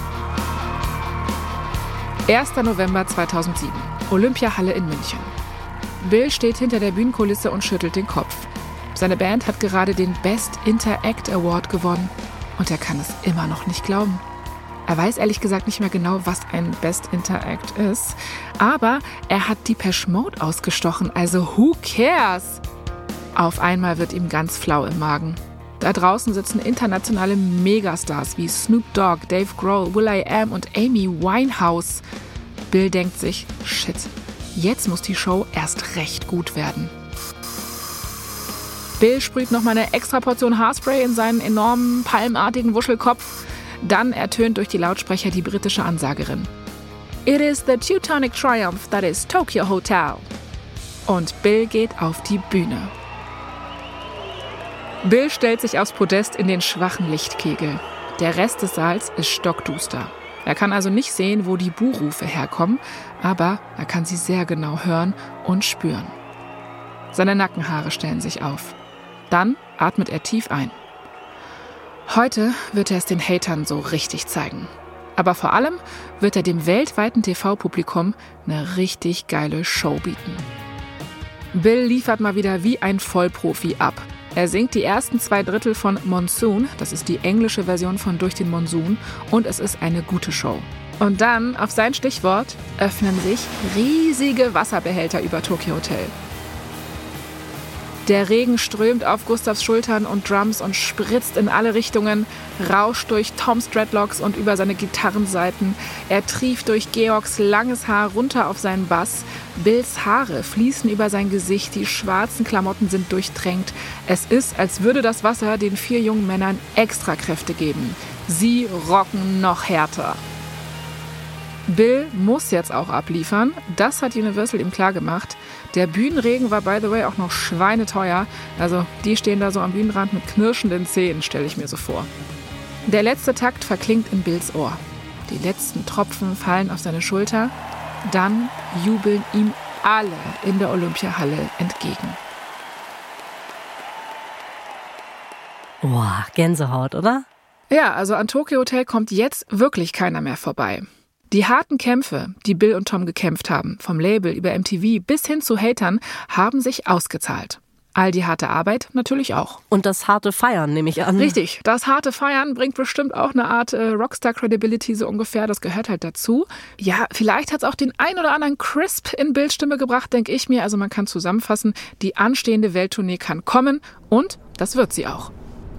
S1: erster November zweitausendsieben, Olympiahalle in München. Bill steht hinter der Bühnenkulisse und schüttelt den Kopf. Seine Band hat gerade den Best Interact Award gewonnen und er kann es immer noch nicht glauben. Er weiß ehrlich gesagt nicht mehr genau, was ein Best Interact ist, aber er hat Depeche Mode ausgestochen, also who cares? Auf einmal wird ihm ganz flau im Magen. Da draußen sitzen internationale Megastars wie Snoop Dogg, Dave Grohl, will.i.am und Amy Winehouse. Bill denkt sich, shit, jetzt muss die Show erst recht gut werden. Bill sprüht noch mal eine extra Portion Haarspray in seinen enormen, palmartigen Wuschelkopf. Dann ertönt durch die Lautsprecher die britische Ansagerin. It is the Teutonic Triumph that is Tokyo Hotel. Und Bill geht auf die Bühne. Bill stellt sich aufs Podest in den schwachen Lichtkegel. Der Rest des Saals ist stockduster. Er kann also nicht sehen, wo die Buhrufe herkommen, aber er kann sie sehr genau hören und spüren. Seine Nackenhaare stellen sich auf. Dann atmet er tief ein. Heute wird er es den Hatern so richtig zeigen. Aber vor allem wird er dem weltweiten T V-Publikum eine richtig geile Show bieten. Bill liefert mal wieder wie ein Vollprofi ab. Er singt die ersten zwei Drittel von Monsoon, das ist die englische Version von Durch den Monsun, und es ist eine gute Show. Und dann, auf sein Stichwort, öffnen sich riesige Wasserbehälter über Tokyo Hotel. Der Regen strömt auf Gustavs Schultern und Drums und spritzt in alle Richtungen, rauscht durch Toms Dreadlocks und über seine Gitarrensaiten. Er trieft durch Georgs langes Haar runter auf seinen Bass. Bills Haare fließen über sein Gesicht, die schwarzen Klamotten sind durchtränkt. Es ist, als würde das Wasser den vier jungen Männern Extrakräfte geben. Sie rocken noch härter. Bill muss jetzt auch abliefern, das hat Universal ihm klargemacht. Der Bühnenregen war, by the way, auch noch schweineteuer. Also die stehen da so am Bühnenrand mit knirschenden Zähnen, stelle ich mir so vor. Der letzte Takt verklingt in Bills Ohr. Die letzten Tropfen fallen auf seine Schulter. Dann jubeln ihm alle in der Olympiahalle entgegen.
S2: Boah, Gänsehaut, oder?
S1: Ja, also an Tokyo Hotel kommt jetzt wirklich keiner mehr vorbei. Die harten Kämpfe, die Bill und Tom gekämpft haben, vom Label über M T V bis hin zu Hatern, haben sich ausgezahlt. All die harte Arbeit natürlich auch.
S2: Und das harte Feiern, nehme ich an.
S1: Richtig. Das harte Feiern bringt bestimmt auch eine Art äh, Rockstar-Credibility so ungefähr. Das gehört halt dazu. Ja, vielleicht hat es auch den ein oder anderen Crisp in Bildstimme gebracht, denke ich mir. Also man kann zusammenfassen, die anstehende Welttournee kann kommen und das wird sie auch.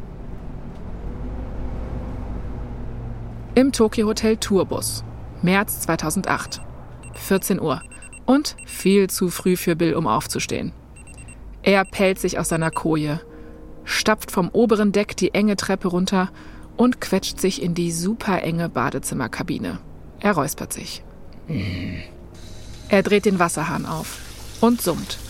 S1: Im Tokyo Hotel Tourbus. März zweitausendacht. vierzehn Uhr. Und viel zu früh für Bill, um aufzustehen. Er pellt sich aus seiner Koje, stapft vom oberen Deck die enge Treppe runter und quetscht sich in die super enge Badezimmerkabine. Er räuspert sich. Er dreht den Wasserhahn auf und summt.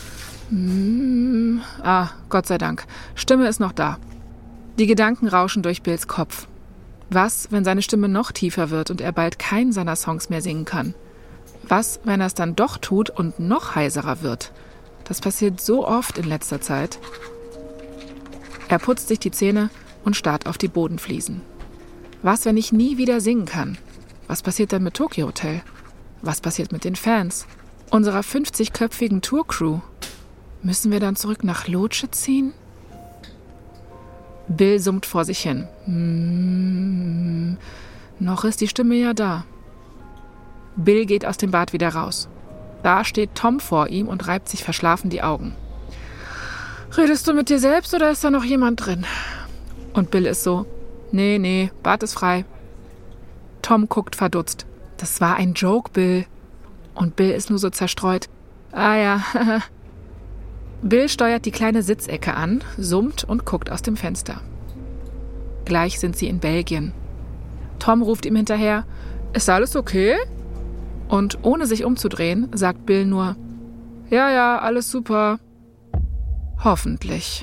S1: Ah, Gott sei Dank. Stimme ist noch da. Die Gedanken rauschen durch Bills Kopf. Was, wenn seine Stimme noch tiefer wird und er bald keinen seiner Songs mehr singen kann? Was, wenn er es dann doch tut und noch heiserer wird? Das passiert so oft in letzter Zeit. Er putzt sich die Zähne und starrt auf die Bodenfliesen. Was, wenn ich nie wieder singen kann? Was passiert dann mit Tokyo Hotel? Was passiert mit den Fans? Unserer fünfzigköpfigen Tourcrew? Müssen wir dann zurück nach Loge ziehen? Bill summt vor sich hin. Hm, noch ist die Stimme ja da. Bill geht aus dem Bad wieder raus. Da steht Tom vor ihm und reibt sich verschlafen die Augen. Redest du mit dir selbst oder ist da noch jemand drin? Und Bill ist so, nee, nee, Bad ist frei. Tom guckt verdutzt. Das war ein Joke, Bill. Und Bill ist nur so zerstreut. Ah ja, Bill steuert die kleine Sitzecke an, summt und guckt aus dem Fenster. Gleich sind sie in Belgien. Tom ruft ihm hinterher, ist alles okay? Und ohne sich umzudrehen, sagt Bill nur, ja, ja, alles super. Hoffentlich.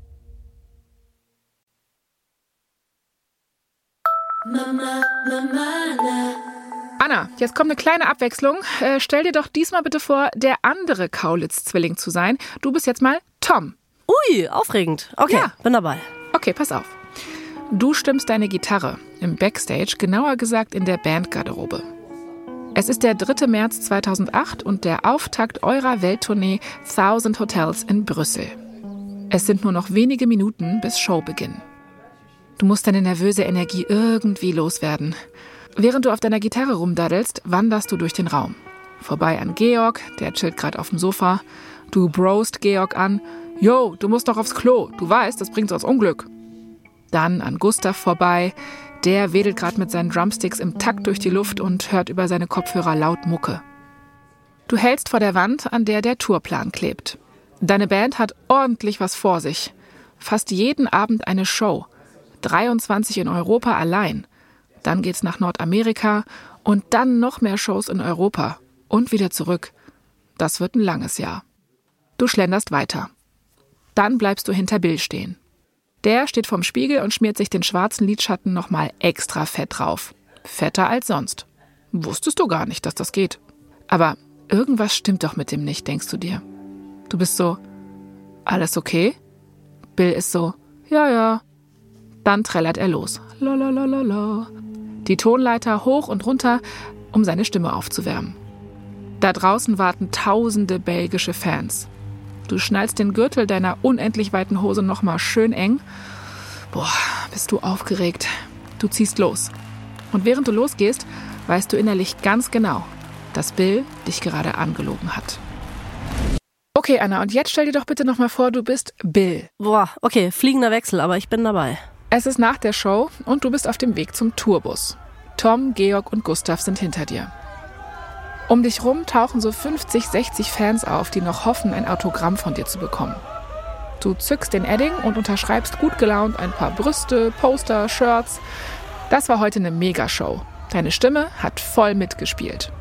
S1: Mama, Mama, na. Anna, jetzt kommt eine kleine Abwechslung. Äh, stell dir doch diesmal bitte vor, der andere Kaulitz-Zwilling zu sein. Du bist jetzt mal Tom.
S2: Ui, aufregend. Okay, ja. Bin dabei.
S1: Okay, pass auf. Du stimmst deine Gitarre im Backstage, genauer gesagt in der Bandgarderobe. Es ist der dritte März zweitausendacht und der Auftakt eurer Welttournee Thousand Hotels in Brüssel. Es sind nur noch wenige Minuten bis Showbeginn. Du musst deine nervöse Energie irgendwie loswerden. Während du auf deiner Gitarre rumdaddelst, wanderst du durch den Raum. Vorbei an Georg, der chillt gerade auf dem Sofa. Du brost Georg an. Yo, du musst doch aufs Klo. Du weißt, das bringt uns Unglück. Dann an Gustav vorbei. Der wedelt gerade mit seinen Drumsticks im Takt durch die Luft und hört über seine Kopfhörer laut Mucke. Du hältst vor der Wand, an der der Tourplan klebt. Deine Band hat ordentlich was vor sich. Fast jeden Abend eine Show. dreiundzwanzig in Europa allein. Dann geht's nach Nordamerika und dann noch mehr Shows in Europa. Und wieder zurück. Das wird ein langes Jahr. Du schlenderst weiter. Dann bleibst du hinter Bill stehen. Der steht vorm Spiegel und schmiert sich den schwarzen Lidschatten nochmal extra fett drauf. Fetter als sonst. Wusstest du gar nicht, dass das geht. Aber irgendwas stimmt doch mit dem nicht, denkst du dir. Du bist so, alles okay? Bill ist so, ja, ja. Dann trällert er los. Lalalala. Die Tonleiter hoch und runter, um seine Stimme aufzuwärmen. Da draußen warten tausende belgische Fans. Du schnallst den Gürtel deiner unendlich weiten Hose nochmal schön eng. Boah, bist du aufgeregt. Du ziehst los. Und während du losgehst, weißt du innerlich ganz genau, dass Bill dich gerade angelogen hat. Okay, Anna, und jetzt stell dir doch bitte nochmal vor, du bist Bill.
S2: Boah, okay, fliegender Wechsel, aber ich bin dabei.
S1: Es ist nach der Show und du bist auf dem Weg zum Tourbus. Tom, Georg und Gustav sind hinter dir. Um dich rum tauchen so fünfzig, sechzig Fans auf, die noch hoffen, ein Autogramm von dir zu bekommen. Du zückst den Edding und unterschreibst gut gelaunt ein paar Brüste, Poster, Shirts. Das war heute eine Megashow. Deine Stimme hat voll mitgespielt.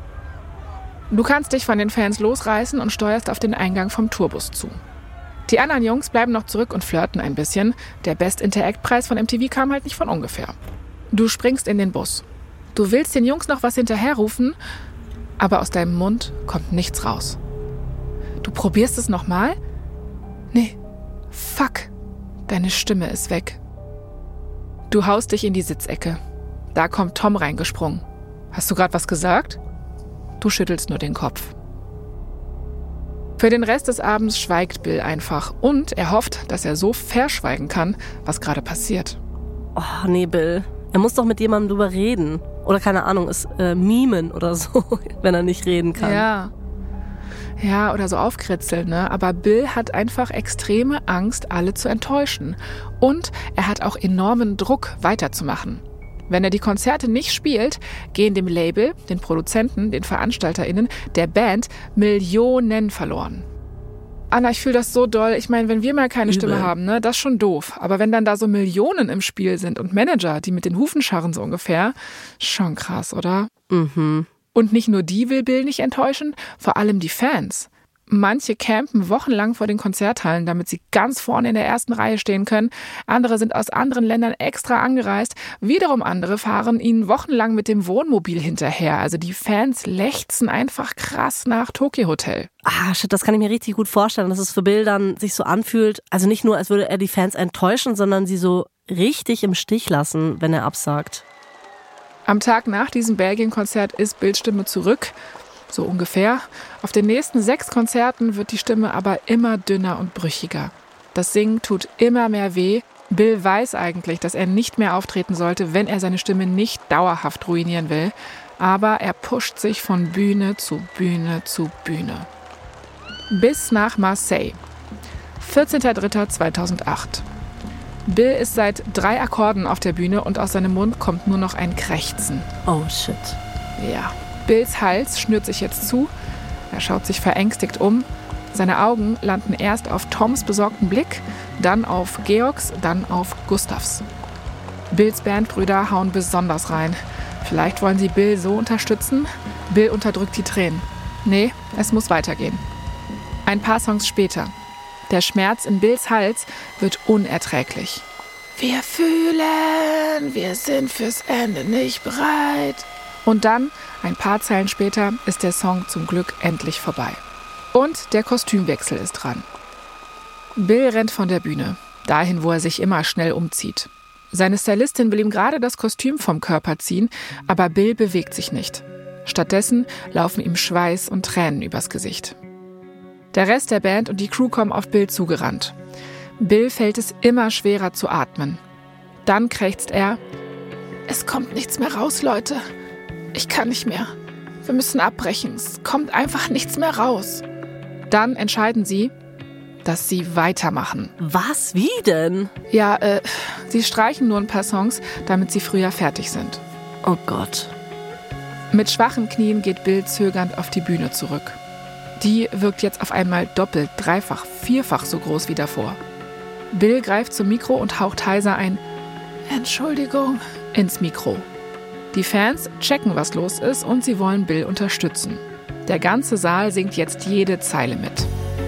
S1: Du kannst dich von den Fans losreißen und steuerst auf den Eingang vom Tourbus zu. Die anderen Jungs bleiben noch zurück und flirten ein bisschen. Der Best-Interact-Preis von M T V kam halt nicht von ungefähr. Du springst in den Bus. Du willst den Jungs noch was hinterherrufen, aber aus deinem Mund kommt nichts raus. Du probierst es nochmal? Nee, fuck, deine Stimme ist weg. Du haust dich in die Sitzecke. Da kommt Tom reingesprungen. Hast du gerade was gesagt? Du schüttelst nur den Kopf. Für den Rest des Abends schweigt Bill einfach und er hofft, dass er so verschweigen kann, was gerade passiert.
S2: Oh, nee, Bill. Er muss doch mit jemandem drüber reden. Oder keine Ahnung, es äh, mimen oder so, wenn er nicht reden kann.
S1: Ja. Ja, oder so aufkritzeln, ne? Aber Bill hat einfach extreme Angst, alle zu enttäuschen. Und er hat auch enormen Druck, weiterzumachen. Wenn er die Konzerte nicht spielt, gehen dem Label, den Produzenten, den VeranstalterInnen, der Band Millionen verloren. Anna, ich fühle das so doll. Ich meine, wenn wir mal keine Übel. Stimme haben, ne, das ist schon doof. Aber wenn dann da so Millionen im Spiel sind und Manager, die mit den Hufen scharren so ungefähr, schon krass, oder?
S2: Mhm.
S1: Und nicht nur die will Bill nicht enttäuschen, vor allem die Fans. Manche campen wochenlang vor den Konzerthallen, damit sie ganz vorne in der ersten Reihe stehen können. Andere sind aus anderen Ländern extra angereist. Wiederum andere fahren ihnen wochenlang mit dem Wohnmobil hinterher. Also die Fans lechzen einfach krass nach Tokyo Hotel.
S2: Ah, shit, das kann ich mir richtig gut vorstellen, dass es für Bill dann sich so anfühlt. Also nicht nur, als würde er die Fans enttäuschen, sondern sie so richtig im Stich lassen, wenn er absagt.
S1: Am Tag nach diesem Belgien-Konzert ist Bills Stimme zurück, so ungefähr. Auf den nächsten sechs Konzerten wird die Stimme aber immer dünner und brüchiger. Das Singen tut immer mehr weh. Bill weiß eigentlich, dass er nicht mehr auftreten sollte, wenn er seine Stimme nicht dauerhaft ruinieren will. Aber er pusht sich von Bühne zu Bühne zu Bühne. Bis nach Marseille. vierzehnter dritter zweitausendacht. Bill ist seit drei Akkorden auf der Bühne und aus seinem Mund kommt nur noch ein Krächzen.
S2: Oh shit.
S1: Ja, Bills Hals schnürt sich jetzt zu. Er schaut sich verängstigt um. Seine Augen landen erst auf Toms besorgten Blick, dann auf Georgs, dann auf Gustavs. Bills Bandbrüder hauen besonders rein. Vielleicht wollen sie Bill so unterstützen? Bill unterdrückt die Tränen. Nee, es muss weitergehen. Ein paar Songs später. Der Schmerz in Bills Hals wird unerträglich. Wir fühlen, wir sind fürs Ende nicht bereit. Und dann, ein paar Zeilen später, ist der Song zum Glück endlich vorbei. Und der Kostümwechsel ist dran. Bill rennt von der Bühne, dahin, wo er sich immer schnell umzieht. Seine Stylistin will ihm gerade das Kostüm vom Körper ziehen, aber Bill bewegt sich nicht. Stattdessen laufen ihm Schweiß und Tränen übers Gesicht. Der Rest der Band und die Crew kommen auf Bill zugerannt. Bill fällt es immer schwerer zu atmen. Dann krächzt er: Es kommt nichts mehr raus, Leute. Ich kann nicht mehr. Wir müssen abbrechen. Es kommt einfach nichts mehr raus. Dann entscheiden sie, dass sie weitermachen.
S2: Was? Wie denn?
S1: Ja, äh, sie streichen nur ein paar Songs, damit sie früher fertig sind.
S2: Oh Gott.
S1: Mit schwachen Knien geht Bill zögernd auf die Bühne zurück. Die wirkt jetzt auf einmal doppelt, dreifach, vierfach so groß wie davor. Bill greift zum Mikro und haucht heiser ein Entschuldigung ins Mikro. Die Fans checken, was los ist, und sie wollen Bill unterstützen. Der ganze Saal singt jetzt jede Zeile mit.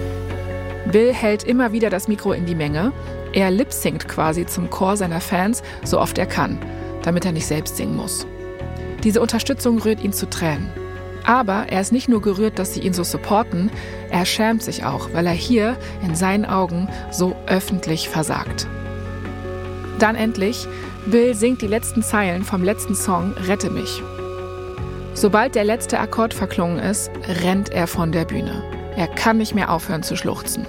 S1: Bill hält immer wieder das Mikro in die Menge. Er lip-singt quasi zum Chor seiner Fans, so oft er kann, damit er nicht selbst singen muss. Diese Unterstützung rührt ihn zu Tränen. Aber er ist nicht nur gerührt, dass sie ihn so supporten, er schämt sich auch, weil er hier in seinen Augen so öffentlich versagt. Dann endlich, Bill singt die letzten Zeilen vom letzten Song Rette mich. Sobald der letzte Akkord verklungen ist, rennt er von der Bühne. Er kann nicht mehr aufhören zu schluchzen.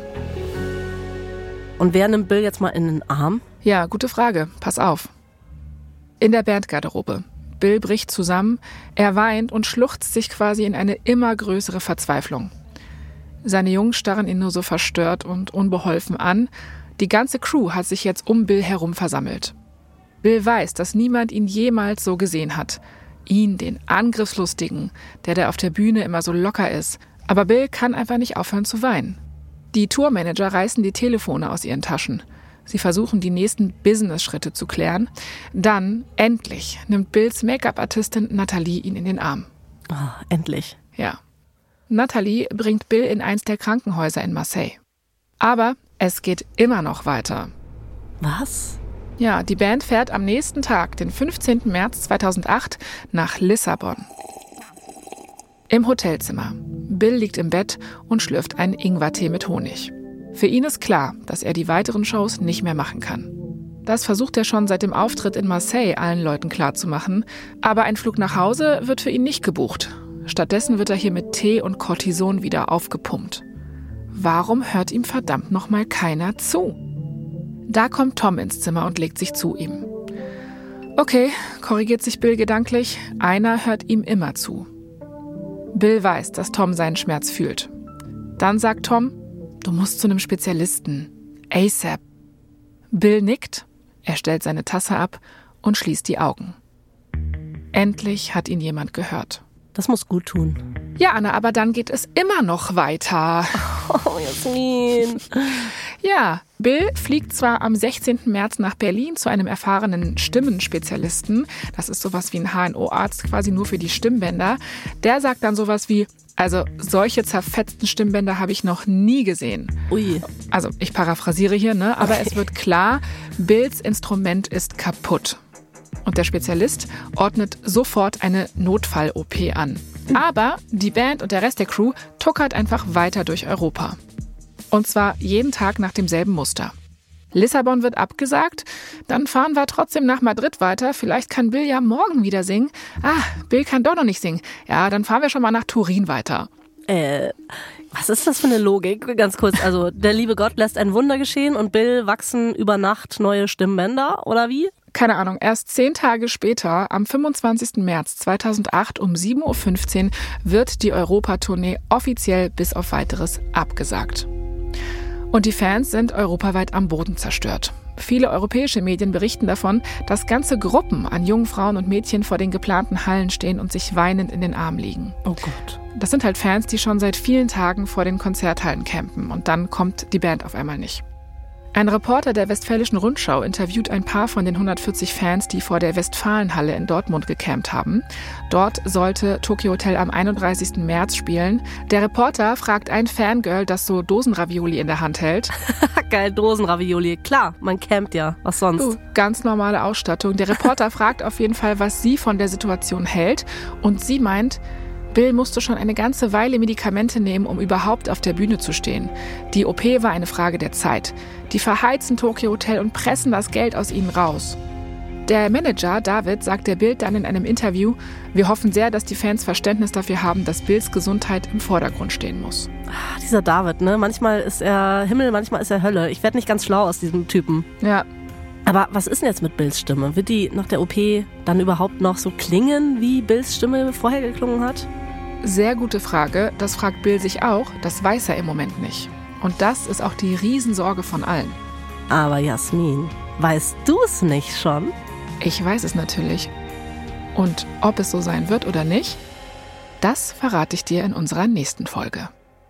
S2: Und wer nimmt Bill jetzt mal in den Arm?
S1: Ja, gute Frage. Pass auf. In der Bandgarderobe. Bill bricht zusammen, er weint und schluchzt sich quasi in eine immer größere Verzweiflung. Seine Jungs starren ihn nur so verstört und unbeholfen an. Die ganze Crew hat sich jetzt um Bill herum versammelt. Bill weiß, dass niemand ihn jemals so gesehen hat. Ihn, den Angriffslustigen, der da auf der Bühne immer so locker ist. Aber Bill kann einfach nicht aufhören zu weinen. Die Tourmanager reißen die Telefone aus ihren Taschen. Sie versuchen, die nächsten Business-Schritte zu klären. Dann, endlich, nimmt Bills Make-up-Artistin Nathalie ihn in den Arm.
S2: Oh, endlich.
S1: Ja. Nathalie bringt Bill in eins der Krankenhäuser in Marseille. Aber es geht immer noch weiter.
S2: Was?
S1: Ja, die Band fährt am nächsten Tag, den fünfzehnten März zweitausendacht, nach Lissabon. Im Hotelzimmer. Bill liegt im Bett und schlürft einen Ingwertee mit Honig. Für ihn ist klar, dass er die weiteren Shows nicht mehr machen kann. Das versucht er schon seit dem Auftritt in Marseille allen Leuten klarzumachen, aber ein Flug nach Hause wird für ihn nicht gebucht. Stattdessen wird er hier mit Tee und Cortison wieder aufgepumpt. warum hört ihm verdammt nochmal keiner zu? Da kommt Tom ins Zimmer und legt sich zu ihm. Okay, korrigiert sich Bill gedanklich, einer hört ihm immer zu. Bill weiß, dass Tom seinen Schmerz fühlt. Dann sagt Tom, du musst zu einem Spezialisten. ASAP. Bill nickt, er stellt seine Tasse ab und schließt die Augen. Endlich hat ihn jemand gehört.
S2: Das muss gut tun.
S1: Ja, Anna, aber dann geht es immer noch weiter.
S2: Oh, Jasmin.
S1: Ja, Bill fliegt zwar am sechzehnten März nach Berlin zu einem erfahrenen Stimmenspezialisten. Das ist sowas wie ein H N O-Arzt, quasi nur für die Stimmbänder. Der sagt dann sowas wie, also solche zerfetzten Stimmbänder habe ich noch nie gesehen.
S2: Ui.
S1: Also ich paraphrasiere hier, ne? Aber okay. Es wird klar, Bills Instrument ist kaputt. Und der Spezialist ordnet sofort eine Notfall-O P an. Aber die Band und der Rest der Crew tuckert einfach weiter durch Europa. Und zwar jeden Tag nach demselben Muster. Lissabon wird abgesagt, dann fahren wir trotzdem nach Madrid weiter. Vielleicht kann Bill ja morgen wieder singen. Ah, Bill kann doch noch nicht singen. Ja, dann fahren wir schon mal nach Turin weiter.
S2: Äh, was ist das für eine Logik? Ganz kurz, also der liebe Gott lässt ein Wunder geschehen und Bill wachsen über Nacht neue Stimmbänder, oder wie?
S1: Keine Ahnung, erst zehn Tage später, am fünfundzwanzigsten März zweitausendacht um sieben Uhr fünfzehn, wird die Europatournee offiziell bis auf Weiteres abgesagt. Und die Fans sind europaweit am Boden zerstört. Viele europäische Medien berichten davon, dass ganze Gruppen an jungen Frauen und Mädchen vor den geplanten Hallen stehen und sich weinend in den Armen liegen.
S2: Oh Gott.
S1: Das sind halt Fans, die schon seit vielen Tagen vor den Konzerthallen campen und dann kommt die Band auf einmal nicht. Ein Reporter der Westfälischen Rundschau interviewt ein paar von den hundertvierzig Fans, die vor der Westfalenhalle in Dortmund gecampt haben. Dort sollte Tokio Hotel am einunddreißigsten März spielen. Der Reporter fragt ein Fangirl, das so Dosenravioli in der Hand hält.
S2: Geil, Dosenravioli. Klar, man campt ja. Was sonst?
S1: Uh, ganz normale Ausstattung. Der Reporter fragt auf jeden Fall, was sie von der Situation hält. Und sie meint, Bill musste schon eine ganze Weile Medikamente nehmen, um überhaupt auf der Bühne zu stehen. Die O P war eine Frage der Zeit. Die verheizen Tokio Hotel und pressen das Geld aus ihnen raus. Der Manager, David, sagt der Bild dann in einem Interview, wir hoffen sehr, dass die Fans Verständnis dafür haben, dass Bills Gesundheit im Vordergrund stehen muss.
S2: Ach, dieser David, ne? Manchmal ist er Himmel, manchmal ist er Hölle. Ich werde nicht ganz schlau aus diesem Typen.
S1: Ja.
S2: Aber was ist denn jetzt mit Bills Stimme? Wird die nach der O P dann überhaupt noch so klingen, wie Bills Stimme vorher geklungen hat?
S1: Sehr gute Frage. Das fragt Bill sich auch. Das weiß er im Moment nicht. Und das ist auch die Riesensorge von allen.
S2: Aber Jasmin, weißt du es nicht schon?
S1: Ich weiß es natürlich. Und ob es so sein wird oder nicht, das verrate ich dir in unserer nächsten Folge.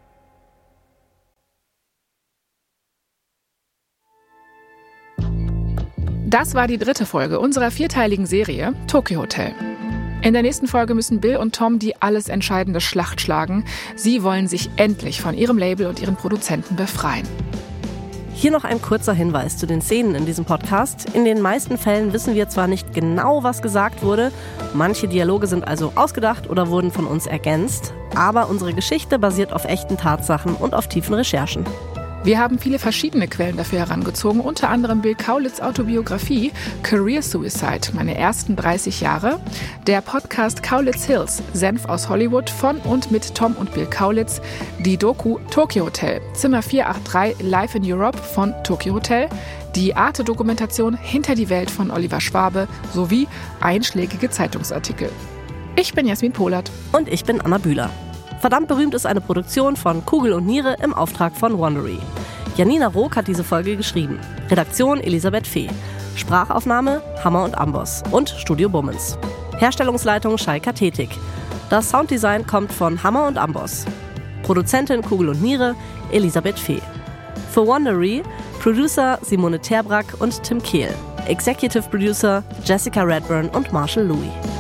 S1: Das war die dritte Folge unserer vierteiligen Serie Tokio Hotel. In der nächsten Folge müssen Bill und Tom die alles entscheidende Schlacht schlagen. Sie wollen sich endlich von ihrem Label und ihren Produzenten befreien.
S2: Hier noch ein kurzer Hinweis zu den Szenen in diesem Podcast. In den meisten Fällen wissen wir zwar nicht genau, was gesagt wurde, manche Dialoge sind also ausgedacht oder wurden von uns ergänzt, aber unsere Geschichte basiert auf echten Tatsachen und auf tiefen Recherchen.
S1: Wir haben viele verschiedene Quellen dafür herangezogen, unter anderem Bill Kaulitz' Autobiografie Career Suicide, meine ersten dreißig Jahre, der Podcast Kaulitz Hills, Senf aus Hollywood von und mit Tom und Bill Kaulitz, die Doku Tokio Hotel, Zimmer vierhundertdreiundachtzig Live in Europe von Tokio Hotel, die Arte-Dokumentation Hinter die Welt von Oliver Schwabe sowie einschlägige Zeitungsartikel. Ich bin Jasmin Pohlert.
S2: Und ich bin Anna Bühler. Verdammt berühmt ist eine Produktion von Kugel und Niere im Auftrag von Wondery. Janina Rook hat diese Folge geschrieben. Redaktion Elisabeth Fee. Sprachaufnahme Hammer und Amboss und Studio Bummens. Herstellungsleitung Shai Kathetik. Das Sounddesign kommt von Hammer und Amboss. Produzentin Kugel und Niere Elisabeth Fee. Für Wondery Producer Simone Terbrack und Tim Kehl. Executive Producer Jessica Redburn und Marshall Louis.